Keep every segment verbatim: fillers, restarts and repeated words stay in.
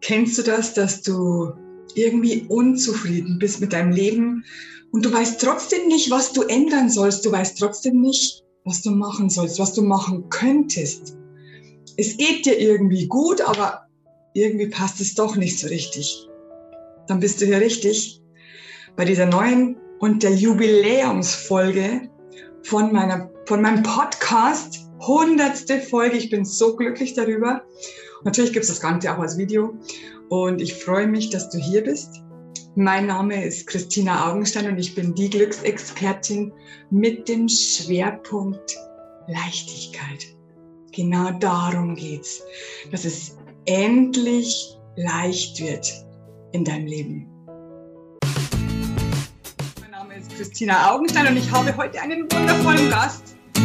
Kennst du das, dass du irgendwie unzufrieden bist mit deinem Leben und du weißt trotzdem nicht, was du ändern sollst? Du weißt trotzdem nicht, was du machen sollst, was du machen könntest. Es geht dir irgendwie gut, aber irgendwie passt es doch nicht so richtig. Dann bist du hier richtig bei dieser neuen und der Jubiläumsfolge von meiner, von meinem Podcast. Hundertste Folge. Ich bin so glücklich darüber. Natürlich gibt es das Ganze auch als Video. Und ich freue mich, dass du hier bist. Mein Name ist Christina Augenstein und ich bin die Glücksexpertin mit dem Schwerpunkt Leichtigkeit. Genau darum geht's, dass es endlich leicht wird in deinem Leben. Mein Name ist Christina Augenstein und ich habe heute einen wundervollen Gast.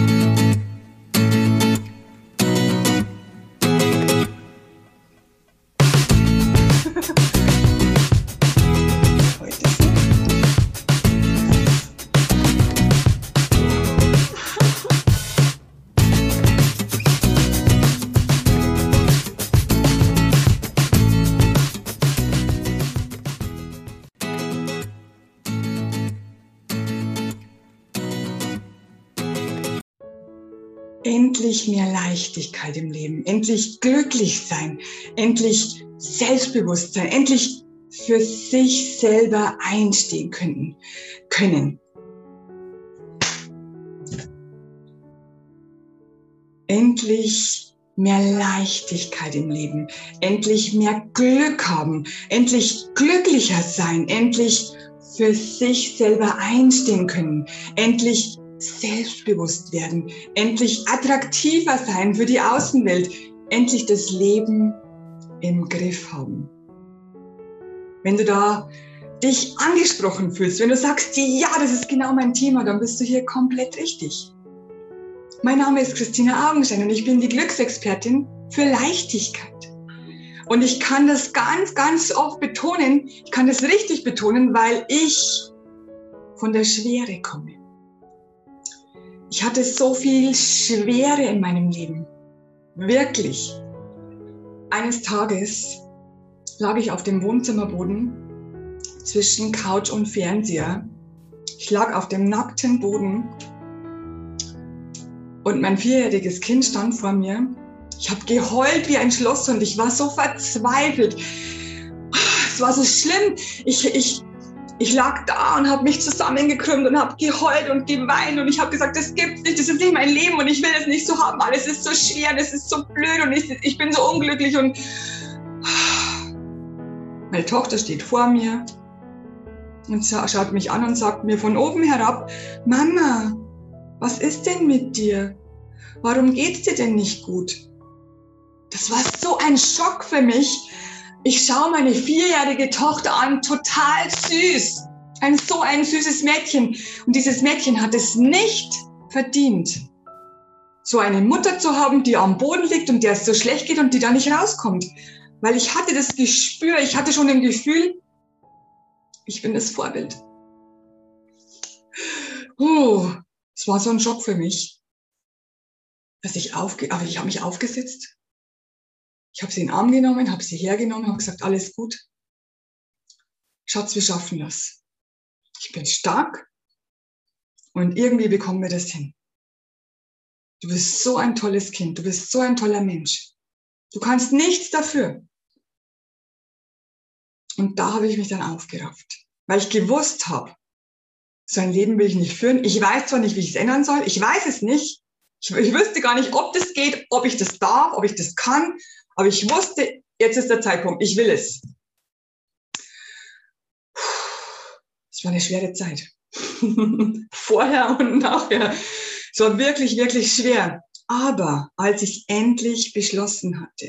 Endlich mehr Leichtigkeit im Leben, endlich glücklich sein, endlich Selbstbewusstsein, endlich für sich selber einstehen können. können. Endlich mehr Leichtigkeit im Leben, endlich mehr Glück haben, endlich glücklicher sein, endlich für sich selber einstehen können, endlich selbstbewusst werden, endlich attraktiver sein für die Außenwelt, endlich das Leben im Griff haben. Wenn du da dich angesprochen fühlst, wenn du sagst, ja, das ist genau mein Thema, dann bist du hier komplett richtig. Mein Name ist Christina Augenstein und ich bin die Glücksexpertin für Leichtigkeit. Und ich kann das ganz, ganz oft betonen, ich kann das richtig betonen, weil ich von der Schwere komme. Ich hatte so viel Schwere in meinem Leben. Wirklich. Eines Tages lag ich auf dem Wohnzimmerboden zwischen Couch und Fernseher. Ich lag auf dem nackten Boden und mein vierjähriges Kind stand vor mir. Ich habe geheult wie ein Schlosshund. Ich war so verzweifelt. Es war so schlimm. Ich, ich, Ich lag da und habe mich zusammengekrümmt und habe geheult und geweint und ich habe gesagt, das gibt's nicht, das ist nicht mein Leben und ich will es nicht so haben, alles ist so schwer und es ist so blöd und ich, ich bin so unglücklich und meine Tochter steht vor mir und schaut mich an und sagt mir von oben herab, Mama, was ist denn mit dir? Warum geht's dir denn nicht gut? Das war so ein Schock für mich. Ich schaue meine vierjährige Tochter an, total süß. Ein so ein süßes Mädchen. Und dieses Mädchen hat es nicht verdient, so eine Mutter zu haben, die am Boden liegt und der es so schlecht geht und die da nicht rauskommt. Weil ich hatte das Gespür, ich hatte schon ein Gefühl, ich bin das Vorbild. Oh, es war so ein Schock für mich, dass ich aufge, aber ich habe mich aufgesetzt. Ich habe sie in den Arm genommen, habe sie hergenommen, habe gesagt, alles gut. Schatz, wir schaffen das. Ich bin stark und irgendwie bekommen wir das hin. Du bist so ein tolles Kind, du bist so ein toller Mensch. Du kannst nichts dafür. Und da habe ich mich dann aufgerafft, weil ich gewusst habe, so ein Leben will ich nicht führen. Ich weiß zwar nicht, wie ich es ändern soll, ich weiß es nicht. Ich, ich wüsste gar nicht, ob das geht, ob ich das darf, ob ich das kann. Aber ich wusste, jetzt ist der Zeitpunkt, ich will es. Es war eine schwere Zeit. Vorher und nachher. Es war wirklich, wirklich schwer. Aber als ich endlich beschlossen hatte,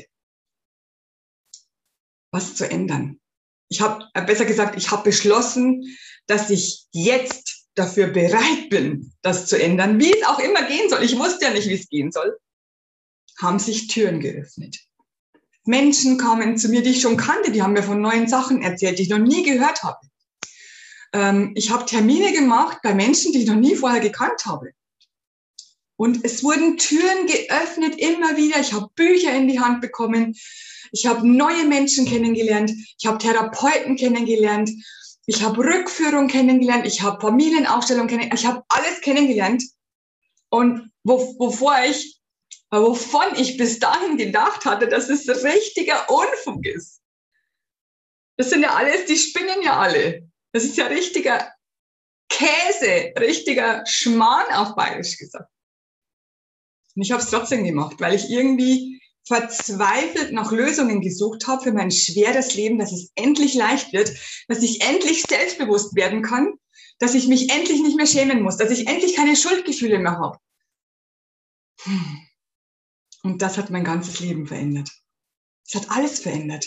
was zu ändern. Ich habe, besser gesagt, ich habe beschlossen, dass ich jetzt dafür bereit bin, das zu ändern, wie es auch immer gehen soll. Ich wusste ja nicht, wie es gehen soll. Haben sich Türen geöffnet. Menschen kamen zu mir, die ich schon kannte, die haben mir von neuen Sachen erzählt, die ich noch nie gehört habe. Ähm, ich habe Termine gemacht bei Menschen, die ich noch nie vorher gekannt habe. Und es wurden Türen geöffnet, immer wieder. Ich habe Bücher in die Hand bekommen. Ich habe neue Menschen kennengelernt. Ich habe Therapeuten kennengelernt. Ich habe Rückführung kennengelernt. Ich habe Familienaufstellung kennengelernt. Ich habe alles kennengelernt. Und wo, wovor ich, wovon ich bis dahin gedacht hatte, dass es richtiger Unfug ist. Das sind ja alles, die spinnen ja alle. Das ist ja richtiger Käse, richtiger Schmarrn auf Bayerisch gesagt. Und ich habe es trotzdem gemacht, weil ich irgendwie verzweifelt nach Lösungen gesucht habe für mein schweres Leben, dass es endlich leicht wird, dass ich endlich selbstbewusst werden kann, dass ich mich endlich nicht mehr schämen muss, dass ich endlich keine Schuldgefühle mehr habe. Und das hat mein ganzes Leben verändert. Es hat alles verändert.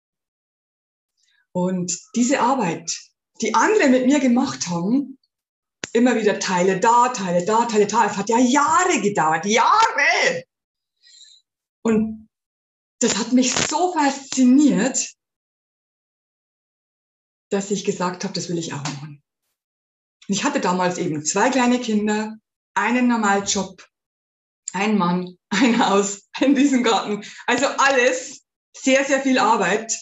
Und diese Arbeit, die andere mit mir gemacht haben, immer wieder Teile da, Teile da, Teile da. Es hat ja Jahre gedauert, Jahre. Und das hat mich so fasziniert, dass ich gesagt habe, das will ich auch machen. Und ich hatte damals eben zwei kleine Kinder, einen Normaljob, ein Mann, ein Haus, ein Riesengarten. Also alles, sehr, sehr viel Arbeit.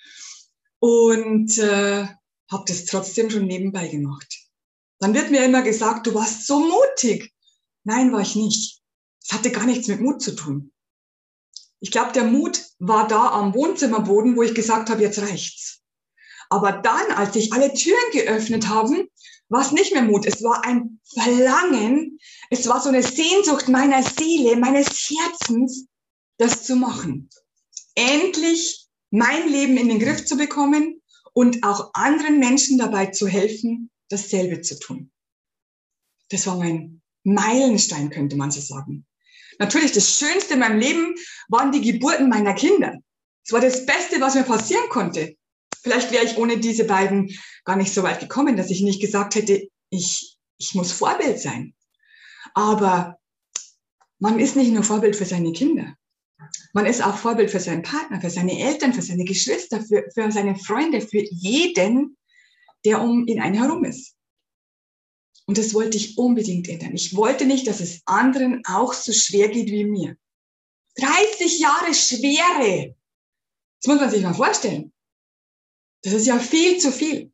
Und äh, habe das trotzdem schon nebenbei gemacht. Dann wird mir immer gesagt, du warst so mutig. Nein, war ich nicht. Es hatte gar nichts mit Mut zu tun. Ich glaube, der Mut war da am Wohnzimmerboden, wo ich gesagt habe, jetzt reicht's. Aber dann, als sich alle Türen geöffnet haben, war es nicht mehr Mut. Es war ein Verlangen. Es war so eine Sehnsucht meiner Seele, meines Herzens, das zu machen. Endlich mein Leben in den Griff zu bekommen und auch anderen Menschen dabei zu helfen, dasselbe zu tun. Das war mein Meilenstein, könnte man so sagen. Natürlich, das Schönste in meinem Leben waren die Geburten meiner Kinder. Es war das Beste, was mir passieren konnte. Vielleicht wäre ich ohne diese beiden gar nicht so weit gekommen, dass ich nicht gesagt hätte, ich, ich muss Vorbild sein. Aber man ist nicht nur Vorbild für seine Kinder. Man ist auch Vorbild für seinen Partner, für seine Eltern, für seine Geschwister, für, für seine Freunde, für jeden, der um ihn einen herum ist. Und das wollte ich unbedingt ändern. Ich wollte nicht, dass es anderen auch so schwer geht wie mir. dreißig Jahre Schwere. Das muss man sich mal vorstellen. Das ist ja viel zu viel.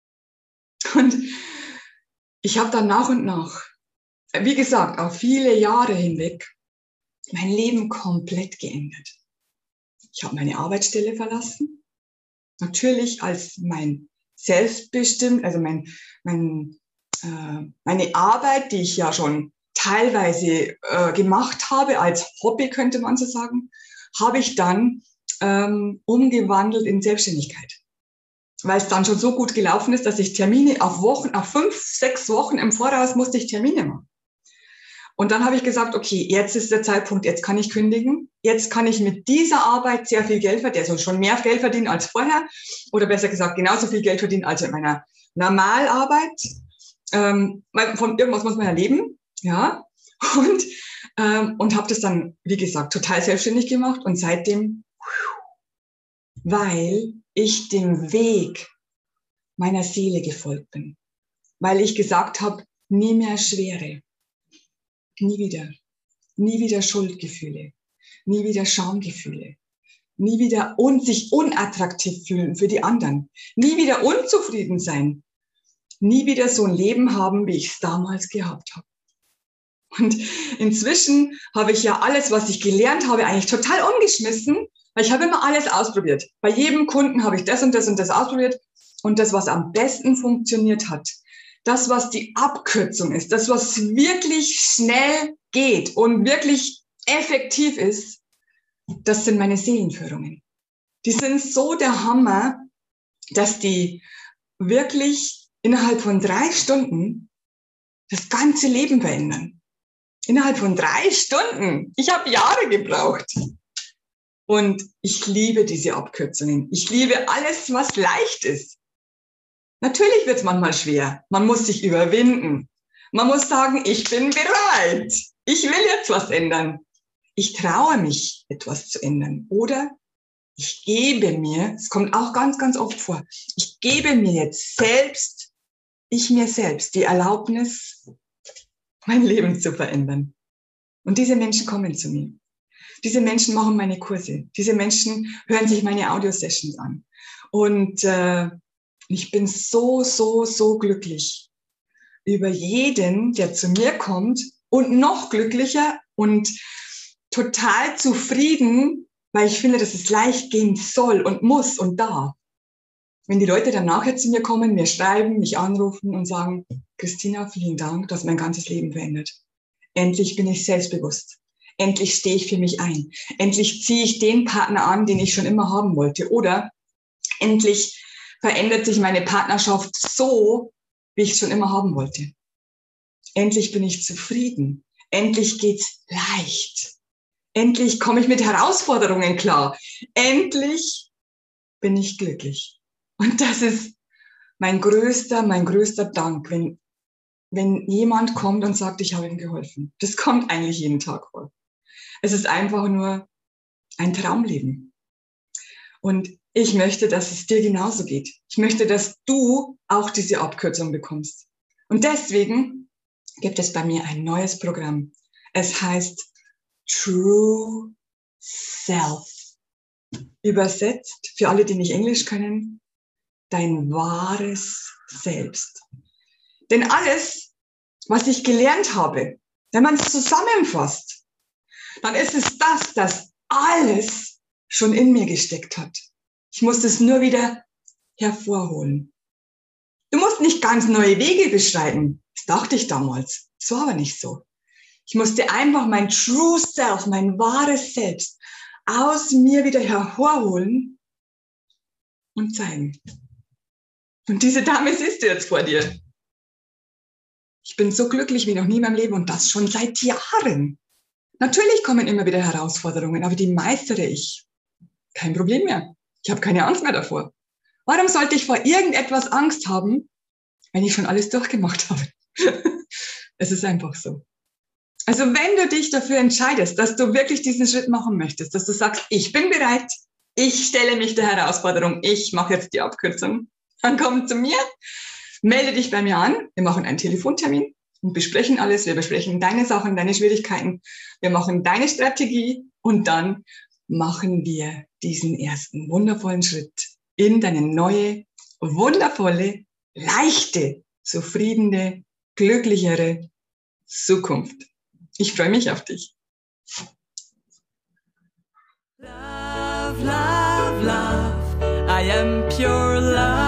Und ich habe dann nach und nach, wie gesagt, auf viele Jahre hinweg, mein Leben komplett geändert. Ich habe meine Arbeitsstelle verlassen. Natürlich als mein selbstbestimmt, also mein, mein, äh, meine Arbeit, die ich ja schon teilweise äh, gemacht habe, als Hobby könnte man so sagen, habe ich dann ähm, umgewandelt in Selbstständigkeit. Weil es dann schon so gut gelaufen ist, dass ich Termine auf Wochen, auf fünf, sechs Wochen im Voraus musste ich Termine machen. Und dann habe ich gesagt, okay, jetzt ist der Zeitpunkt, jetzt kann ich kündigen. Jetzt kann ich mit dieser Arbeit sehr viel Geld verdienen, also schon mehr Geld verdienen als vorher. Oder besser gesagt, genauso viel Geld verdienen als in meiner Normalarbeit. Ähm, weil von irgendwas muss man ja leben. Ja. Und, ähm, und habe das dann, wie gesagt, total selbstständig gemacht. Und seitdem, weil ich dem Weg meiner Seele gefolgt bin. Weil ich gesagt habe, nie mehr Schwere. Nie wieder. Nie wieder Schuldgefühle. Nie wieder Schamgefühle. Nie wieder un sich unattraktiv fühlen für die anderen. Nie wieder unzufrieden sein. Nie wieder so ein Leben haben, wie ich es damals gehabt habe. Und inzwischen habe ich ja alles, was ich gelernt habe, eigentlich total umgeschmissen, weil ich habe immer alles ausprobiert. Bei jedem Kunden habe ich das und das und das ausprobiert. Und das, was am besten funktioniert hat, das, was die Abkürzung ist, das, was wirklich schnell geht und wirklich effektiv ist, das sind meine Seelenführungen. Die sind so der Hammer, dass die wirklich innerhalb von drei Stunden das ganze Leben verändern. Innerhalb von drei Stunden. Ich habe Jahre gebraucht. Und ich liebe diese Abkürzungen. Ich liebe alles, was leicht ist. Natürlich wird es manchmal schwer. Man muss sich überwinden. Man muss sagen, ich bin bereit. Ich will jetzt was ändern. Ich traue mich, etwas zu ändern. Oder ich gebe mir, es kommt auch ganz, ganz oft vor, ich gebe mir jetzt selbst, ich mir selbst, die Erlaubnis, mein Leben zu verändern. Und diese Menschen kommen zu mir. Diese Menschen machen meine Kurse. Diese Menschen hören sich meine Audio-Sessions an. Und äh, ich bin so, so, so glücklich über jeden, der zu mir kommt und noch glücklicher und total zufrieden, weil ich finde, dass es leicht gehen soll und muss und darf. Wenn die Leute dann nachher zu mir kommen, mir schreiben, mich anrufen und sagen, Christina, vielen Dank, du hast mein ganzes Leben verändert. Endlich bin ich selbstbewusst. Endlich stehe ich für mich ein. Endlich ziehe ich den Partner an, den ich schon immer haben wollte. Oder endlich verändert sich meine Partnerschaft so, wie ich es schon immer haben wollte. Endlich bin ich zufrieden. Endlich geht's leicht. Endlich komme ich mit Herausforderungen klar. Endlich bin ich glücklich. Und das ist mein größter, mein größter Dank, wenn, wenn jemand kommt und sagt, ich habe ihm geholfen. Das kommt eigentlich jeden Tag vor. Es ist einfach nur ein Traumleben. Und ich möchte, dass es dir genauso geht. Ich möchte, dass du auch diese Abkürzung bekommst. Und deswegen gibt es bei mir ein neues Programm. Es heißt True Self. Übersetzt, für alle, die nicht Englisch können, dein wahres Selbst. Denn alles, was ich gelernt habe, wenn man es zusammenfasst, dann ist es das, das alles schon in mir gesteckt hat. Ich muss es nur wieder hervorholen. Du musst nicht ganz neue Wege beschreiten. Das dachte ich damals. Das war aber nicht so. Ich musste einfach mein True Self, mein wahres Selbst aus mir wieder hervorholen und zeigen. Und diese Dame siehst du jetzt vor dir. Ich bin so glücklich wie noch nie in meinem Leben und das schon seit Jahren. Natürlich kommen immer wieder Herausforderungen, aber die meistere ich. Kein Problem mehr. Ich habe keine Angst mehr davor. Warum sollte ich vor irgendetwas Angst haben, wenn ich schon alles durchgemacht habe? Es ist einfach so. Also wenn du dich dafür entscheidest, dass du wirklich diesen Schritt machen möchtest, dass du sagst, ich bin bereit, ich stelle mich der Herausforderung, ich mache jetzt die Abkürzung, dann komm zu mir, melde dich bei mir an, wir machen einen Telefontermin und besprechen alles, wir besprechen deine Sachen, deine Schwierigkeiten, wir machen deine Strategie und dann machen wir diesen ersten wundervollen Schritt in deine neue, wundervolle, leichte, zufriedene, glücklichere Zukunft. Ich freue mich auf dich. Love, love, love, I am pure love.